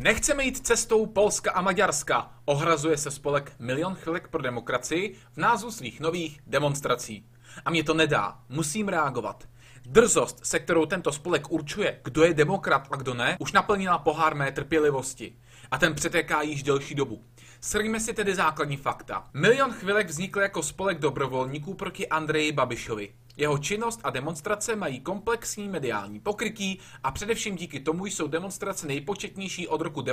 Nechceme jít cestou Polska a Maďarska, ohrazuje se spolek Milion chvilek pro demokracii v názvu svých nových demonstrací. A mě to nedá, musím reagovat. Drzost, se kterou tento spolek určuje, kdo je demokrat a kdo ne, už naplnila pohár mé trpělivosti. A ten přetéká již delší dobu. Shrňme si tedy základní fakta. Milion chvilek vznikl jako spolek dobrovolníků proti Andreji Babišovi. Jeho činnost a demonstrace mají komplexní mediální pokrytí a především díky tomu jsou demonstrace nejpočetnější od roku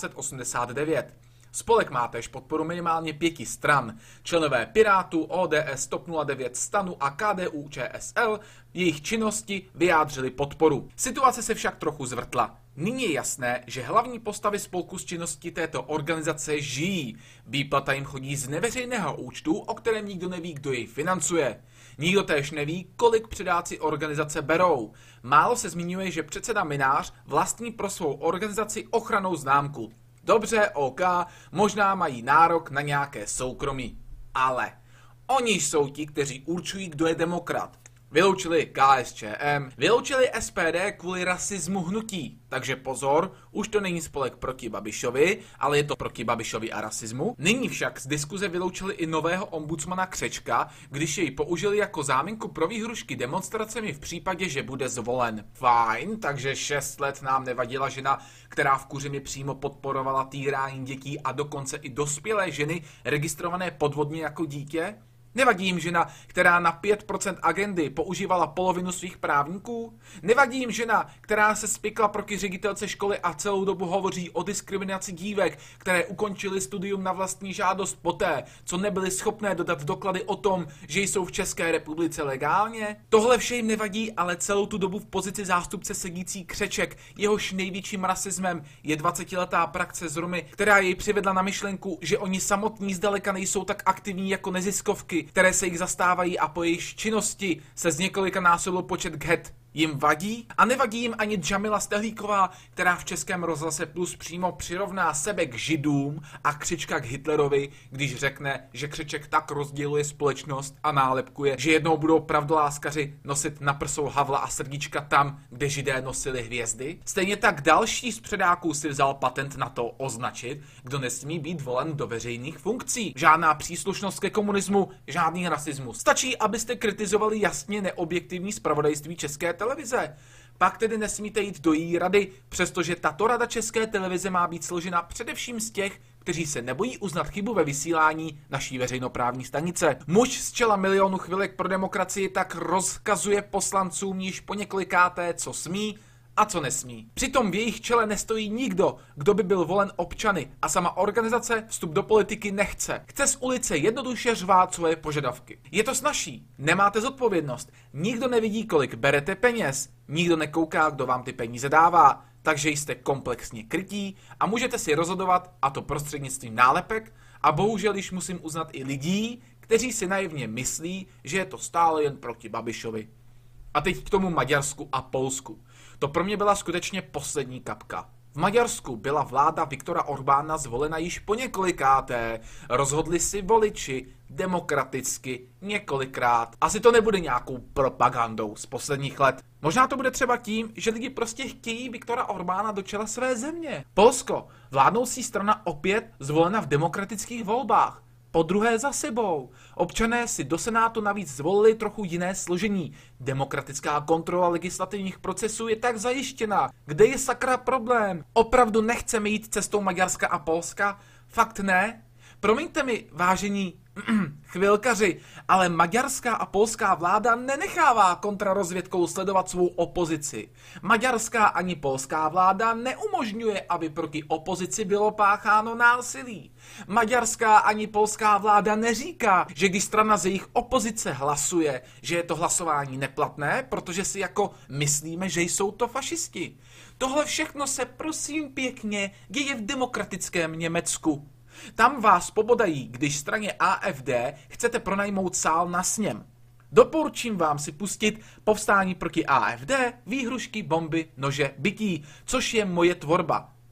1989. Spolek má též podporu minimálně 5 stran. Členové Pirátů, ODS, TOP 09, STANu a KDU-ČSL jejich činnosti vyjádřili podporu. Situace se však trochu zvrtla. Nyní je jasné, že hlavní postavy spolku z činnosti této organizace žijí. Výplata jim chodí z neveřejného účtu, o kterém nikdo neví, kdo jej financuje. Nikdo též neví, kolik předáci organizace berou. Málo se zmiňuje, že předseda Mynář vlastní pro svou organizaci ochrannou známku. Dobře, OK, možná mají nárok na nějaké soukromí. Ale oni jsou ti, kteří určují, kdo je demokrat. Vyloučili KSČM, vyloučili SPD kvůli rasismu hnutí. Takže pozor, už to není spolek proti Babišovi, ale je to proti Babišovi a rasismu. Nyní však z diskuze vyloučili i nového ombudsmana Křečka, když jej použili jako záminku pro výhrušky demonstracemi v případě, že bude zvolen. Fajn, takže 6 let nám nevadila žena, která v Kuřimi přímo podporovala týrání dětí a dokonce i dospělé ženy registrované podvodně jako dítě? Nevadí jim žena, která na 5% agendy používala polovinu svých právníků? Nevadí jim žena, která se spikla proti ředitelce školy a celou dobu hovoří o diskriminaci dívek, které ukončily studium na vlastní žádost poté, co nebyly schopné dodat doklady o tom, že jsou v České republice legálně? Tohle vše jim nevadí, ale celou tu dobu v pozici zástupce sedící Křeček, jehož největším rasismem je 20letá praxe z Romy, která jej přivedla na myšlenku, že oni samotní zdaleka nejsou tak aktivní jako neziskovky, které se jich zastávají a po jejich činnosti se z několika násobil počet ghet. Jim vadí? A nevadí jim ani Džamila Stehlíková, která v Českém rozhlase Plus přímo přirovná sebe k Židům a Křečka k Hitlerovi, když řekne, že Křeček tak rozděluje společnost a nálepkuje, že jednou budou pravdoláskaři nosit na prsou Havla a srdíčka tam, kde Židé nosili hvězdy. Stejně tak další z předáků si vzal patent na to označit, kdo nesmí být volen do veřejných funkcí. Žádná příslušnost ke komunismu, žádný rasismus. Stačí, abyste kritizovali jasně neobjektivní zpravodajství České televize. Pak tedy nesmíte jít do její rady, přestože tato rada České televize má být složena především z těch, kteří se nebojí uznat chybu ve vysílání naší veřejnoprávní stanice. Muž z čela Milionu chvilek pro demokracii tak rozkazuje poslancům již po několikáté, co smí a co nesmí. Přitom v jejich čele nestojí nikdo, kdo by byl volen občany a sama organizace vstup do politiky nechce. Chce z ulice jednoduše řvát svoje požadavky. Je to snazší, nemáte zodpovědnost, nikdo nevidí, kolik berete peněz, nikdo nekouká, kdo vám ty peníze dává, takže jste komplexně krytí a můžete si rozhodovat, a to prostřednictvím nálepek, a bohužel již musím uznat i lidí, kteří si naivně myslí, že je to stále jen proti Babišovi. A teď k tomu Maďarsku a Polsku. To pro mě byla skutečně poslední kapka. V Maďarsku byla vláda Viktora Orbána zvolena již po několikáté. Rozhodli si voliči demokraticky několikrát. Asi to nebude nějakou propagandou z posledních let. Možná to bude třeba tím, že lidi prostě chtějí Viktora Orbána do čela své země. Polsko, vládnoucí strana opět zvolena v demokratických volbách. Podruhé za sebou. Občané si do Senátu navíc zvolili trochu jiné složení. Demokratická kontrola legislativních procesů je tak zajištěna. Kde je sakra problém? Opravdu nechceme jít cestou Maďarska a Polska? Fakt ne? Promiňte mi, vážení chvilkaři, ale maďarská a polská vláda nenechává kontrarozvědkou sledovat svou opozici. Maďarská ani polská vláda neumožňuje, aby proti opozici bylo pácháno násilí. Maďarská ani polská vláda neříká, že když strana z jejich opozice hlasuje, že je to hlasování neplatné, protože si jako myslíme, že jsou to fašisti. Tohle všechno se prosím pěkně děje v demokratickém Německu. Tam vás pobodají, když straně AfD chcete pronajmout sál na sněm. Doporučím vám si pustit Povstání proti AfD, výhrušky, bomby, nože, bytí, což je moje tvorba.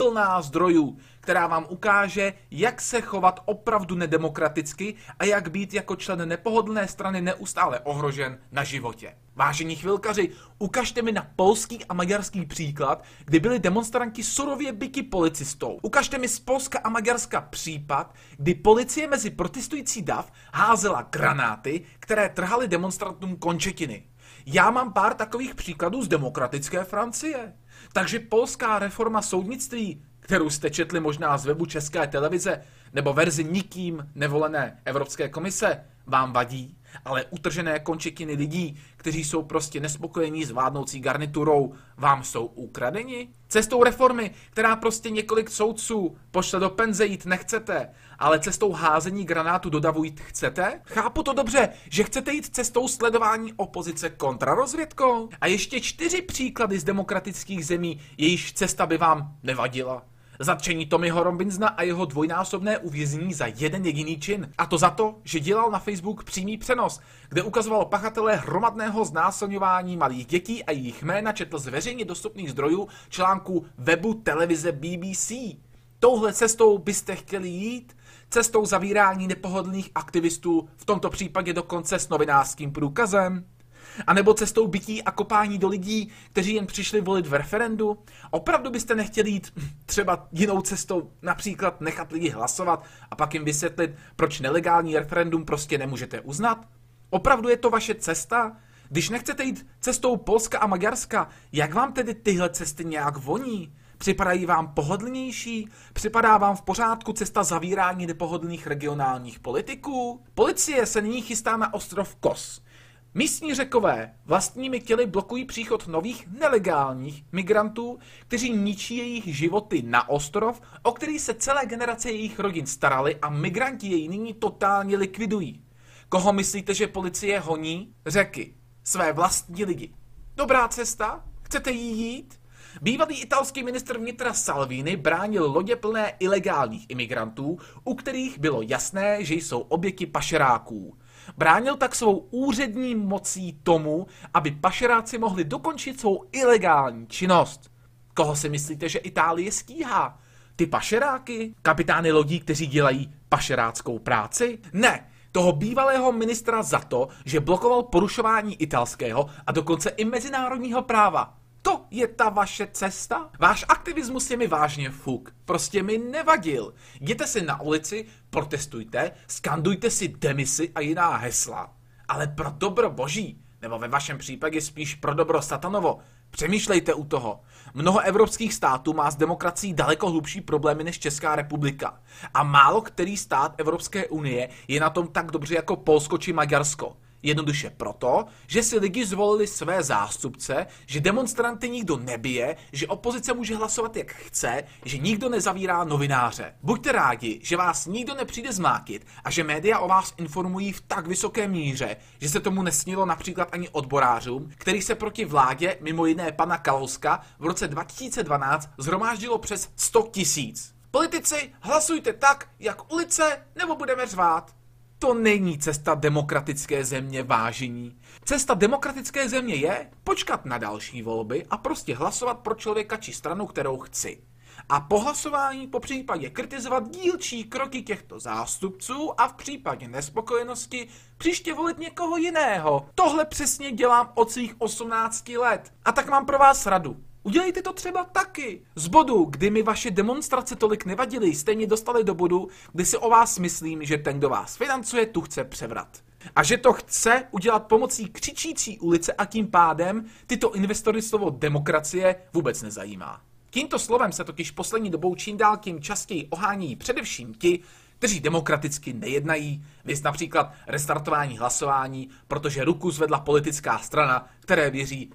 plná zdrojů, která vám ukáže, jak se chovat opravdu nedemokraticky a jak být jako člen nepohodlné strany neustále ohrožen na životě. Vážení chvilkaři, ukažte mi na polský a maďarský příklad, kdy byli demonstranti surově byti policistou. Ukažte mi z Polska a Maďarska případ, kdy policie mezi protestující dav házela granáty, které trhaly demonstrantům končetiny. Já mám pár takových příkladů z demokratické Francie. Takže polská reforma soudnictví, kterou jste četli možná z webu České televize, nebo verzi nikým nevolené Evropské komise, vám vadí, ale utržené končetiny lidí, kteří jsou prostě nespokojení s vládnoucí garniturou, vám jsou ukradeni? Cestou reformy, která prostě několik soudců pošle do penze, jít nechcete, ale cestou házení granátu do davu jít chcete? Chápu to dobře, že chcete jít cestou sledování opozice kontrarozvědkou? A ještě 4 příklady z demokratických zemí, jejíž cesta by vám nevadila. Zatčení Tommyho Robinsona a jeho dvojnásobné uvěznění za jeden jediný čin. A to za to, že dělal na Facebook přímý přenos, kde ukazoval pachatele hromadného znásilňování malých dětí a jejich jména četl z veřejně dostupných zdrojů článků webu televize BBC. Touhle cestou byste chtěli jít? Cestou zavírání nepohodlných aktivistů, v tomto případě dokonce s novinářským průkazem? A nebo cestou bytí a kopání do lidí, kteří jen přišli volit v referendu? Opravdu byste nechtěli jít třeba jinou cestou, například nechat lidi hlasovat a pak jim vysvětlit, proč nelegální referendum prostě nemůžete uznat? Opravdu je to vaše cesta? Když nechcete jít cestou Polska a Maďarska, jak vám tedy tyhle cesty nějak voní? Připadají vám pohodlnější? Připadá vám v pořádku cesta zavírání nepohodlných regionálních politiků? Policie se nyní chystá na ostrov Kos. Místní Řekové vlastními těly blokují příchod nových nelegálních migrantů, kteří ničí jejich životy na ostrov, o který se celé generace jejich rodin starali a migranti jej nyní totálně likvidují. Koho myslíte, že policie honí? Řeky. Své vlastní lidi. Dobrá cesta? Chcete jí jít? Bývalý italský ministr vnitra Salvini bránil lodě plné ilegálních imigrantů, u kterých bylo jasné, že jsou oběti pašeráků. Bránil tak svou úřední mocí tomu, aby pašeráci mohli dokončit svou ilegální činnost. Koho si myslíte, že Itálie stíhá? Ty pašeráky? Kapitány lodí, kteří dělají pašeráckou práci? Ne, toho bývalého ministra za to, že blokoval porušování italského a dokonce i mezinárodního práva. To je ta vaše cesta? Váš aktivismus je mi vážně fuk. Prostě mi nevadil. Jděte si na ulici, protestujte, skandujte si demisi a jiná hesla. Ale pro dobro boží, nebo ve vašem případě spíš pro dobro satanovo, přemýšlejte u toho. Mnoho evropských států má s demokracií daleko hlubší problémy než Česká republika. A málo který stát Evropské unie je na tom tak dobře jako Polsko či Maďarsko. Jednoduše proto, že si lidi zvolili své zástupce, že demonstranty nikdo nebije, že opozice může hlasovat jak chce, že nikdo nezavírá novináře. Buďte rádi, že vás nikdo nepřijde zmátit a že média o vás informují v tak vysoké míře, že se tomu nesnilo například ani odborářům, kterých se proti vládě, mimo jiné pana Kalouska, v roce 2012 shromáždilo přes 100 000. Politici, hlasujte tak, jak ulice, nebo budeme řvát. To není cesta demokratické země, vážení. Cesta demokratické země je počkat na další volby a prostě hlasovat pro člověka či stranu, kterou chci. A po hlasování po případě kritizovat dílčí kroky těchto zástupců a v případě nespokojenosti příště volit někoho jiného. Tohle přesně dělám od svých 18 let. A tak mám pro vás radu. Udělejte to třeba taky. Z bodu, kdy mi vaše demonstrace tolik nevadily, stejně dostali do bodu, kdy si o vás myslím, že ten, kdo vás financuje, tu chce převrat. A že to chce udělat pomocí křičící ulice a tím pádem tyto investory slovo demokracie vůbec nezajímá. Tímto slovem se totiž poslední dobou čím dál tím častěji ohánějí především ti, kteří demokraticky nejednají, viz například restartování hlasování, protože ruku zvedla politická strana, které věří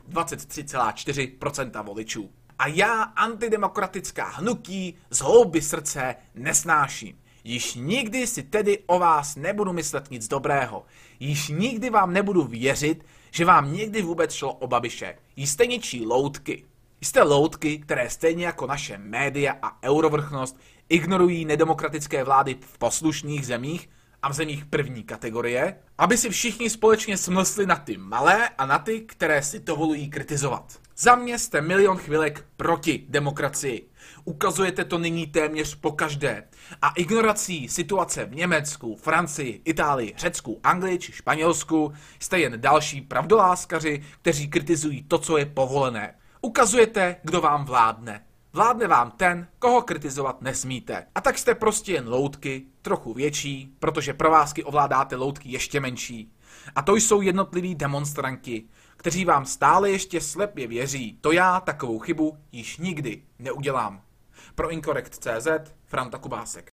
23,4% voličů. A já antidemokratická hnutí z hloubi srdce nesnáším. Již nikdy si tedy o vás nebudu myslet nic dobrého. Již nikdy vám nebudu věřit, že vám někdy vůbec šlo o Babiše. Jste něčí loutky. Jste loutky, které stejně jako naše média a eurovrchnost ignorují nedemokratické vlády v poslušných zemích a v zemích první kategorie, aby si všichni společně smlsli na ty malé a na ty, které si dovolují kritizovat. Za mě jste milion chvilek proti demokracii. Ukazujete to nyní téměř pokaždé. A ignorací situace v Německu, Francii, Itálii, Řecku, Anglii či Španělsku jste jen další pravdoláskaři, kteří kritizují to, co je povolené. Ukazujete, kdo vám vládne. Vládne vám ten, koho kritizovat nesmíte. A tak jste prostě jen loutky, trochu větší, protože provázky ovládáte loutky ještě menší. A to jsou jednotliví demonstranti, kteří vám stále ještě slepě věří. To já takovou chybu již nikdy neudělám. Pro Inkorekt.cz Franta Kubásek.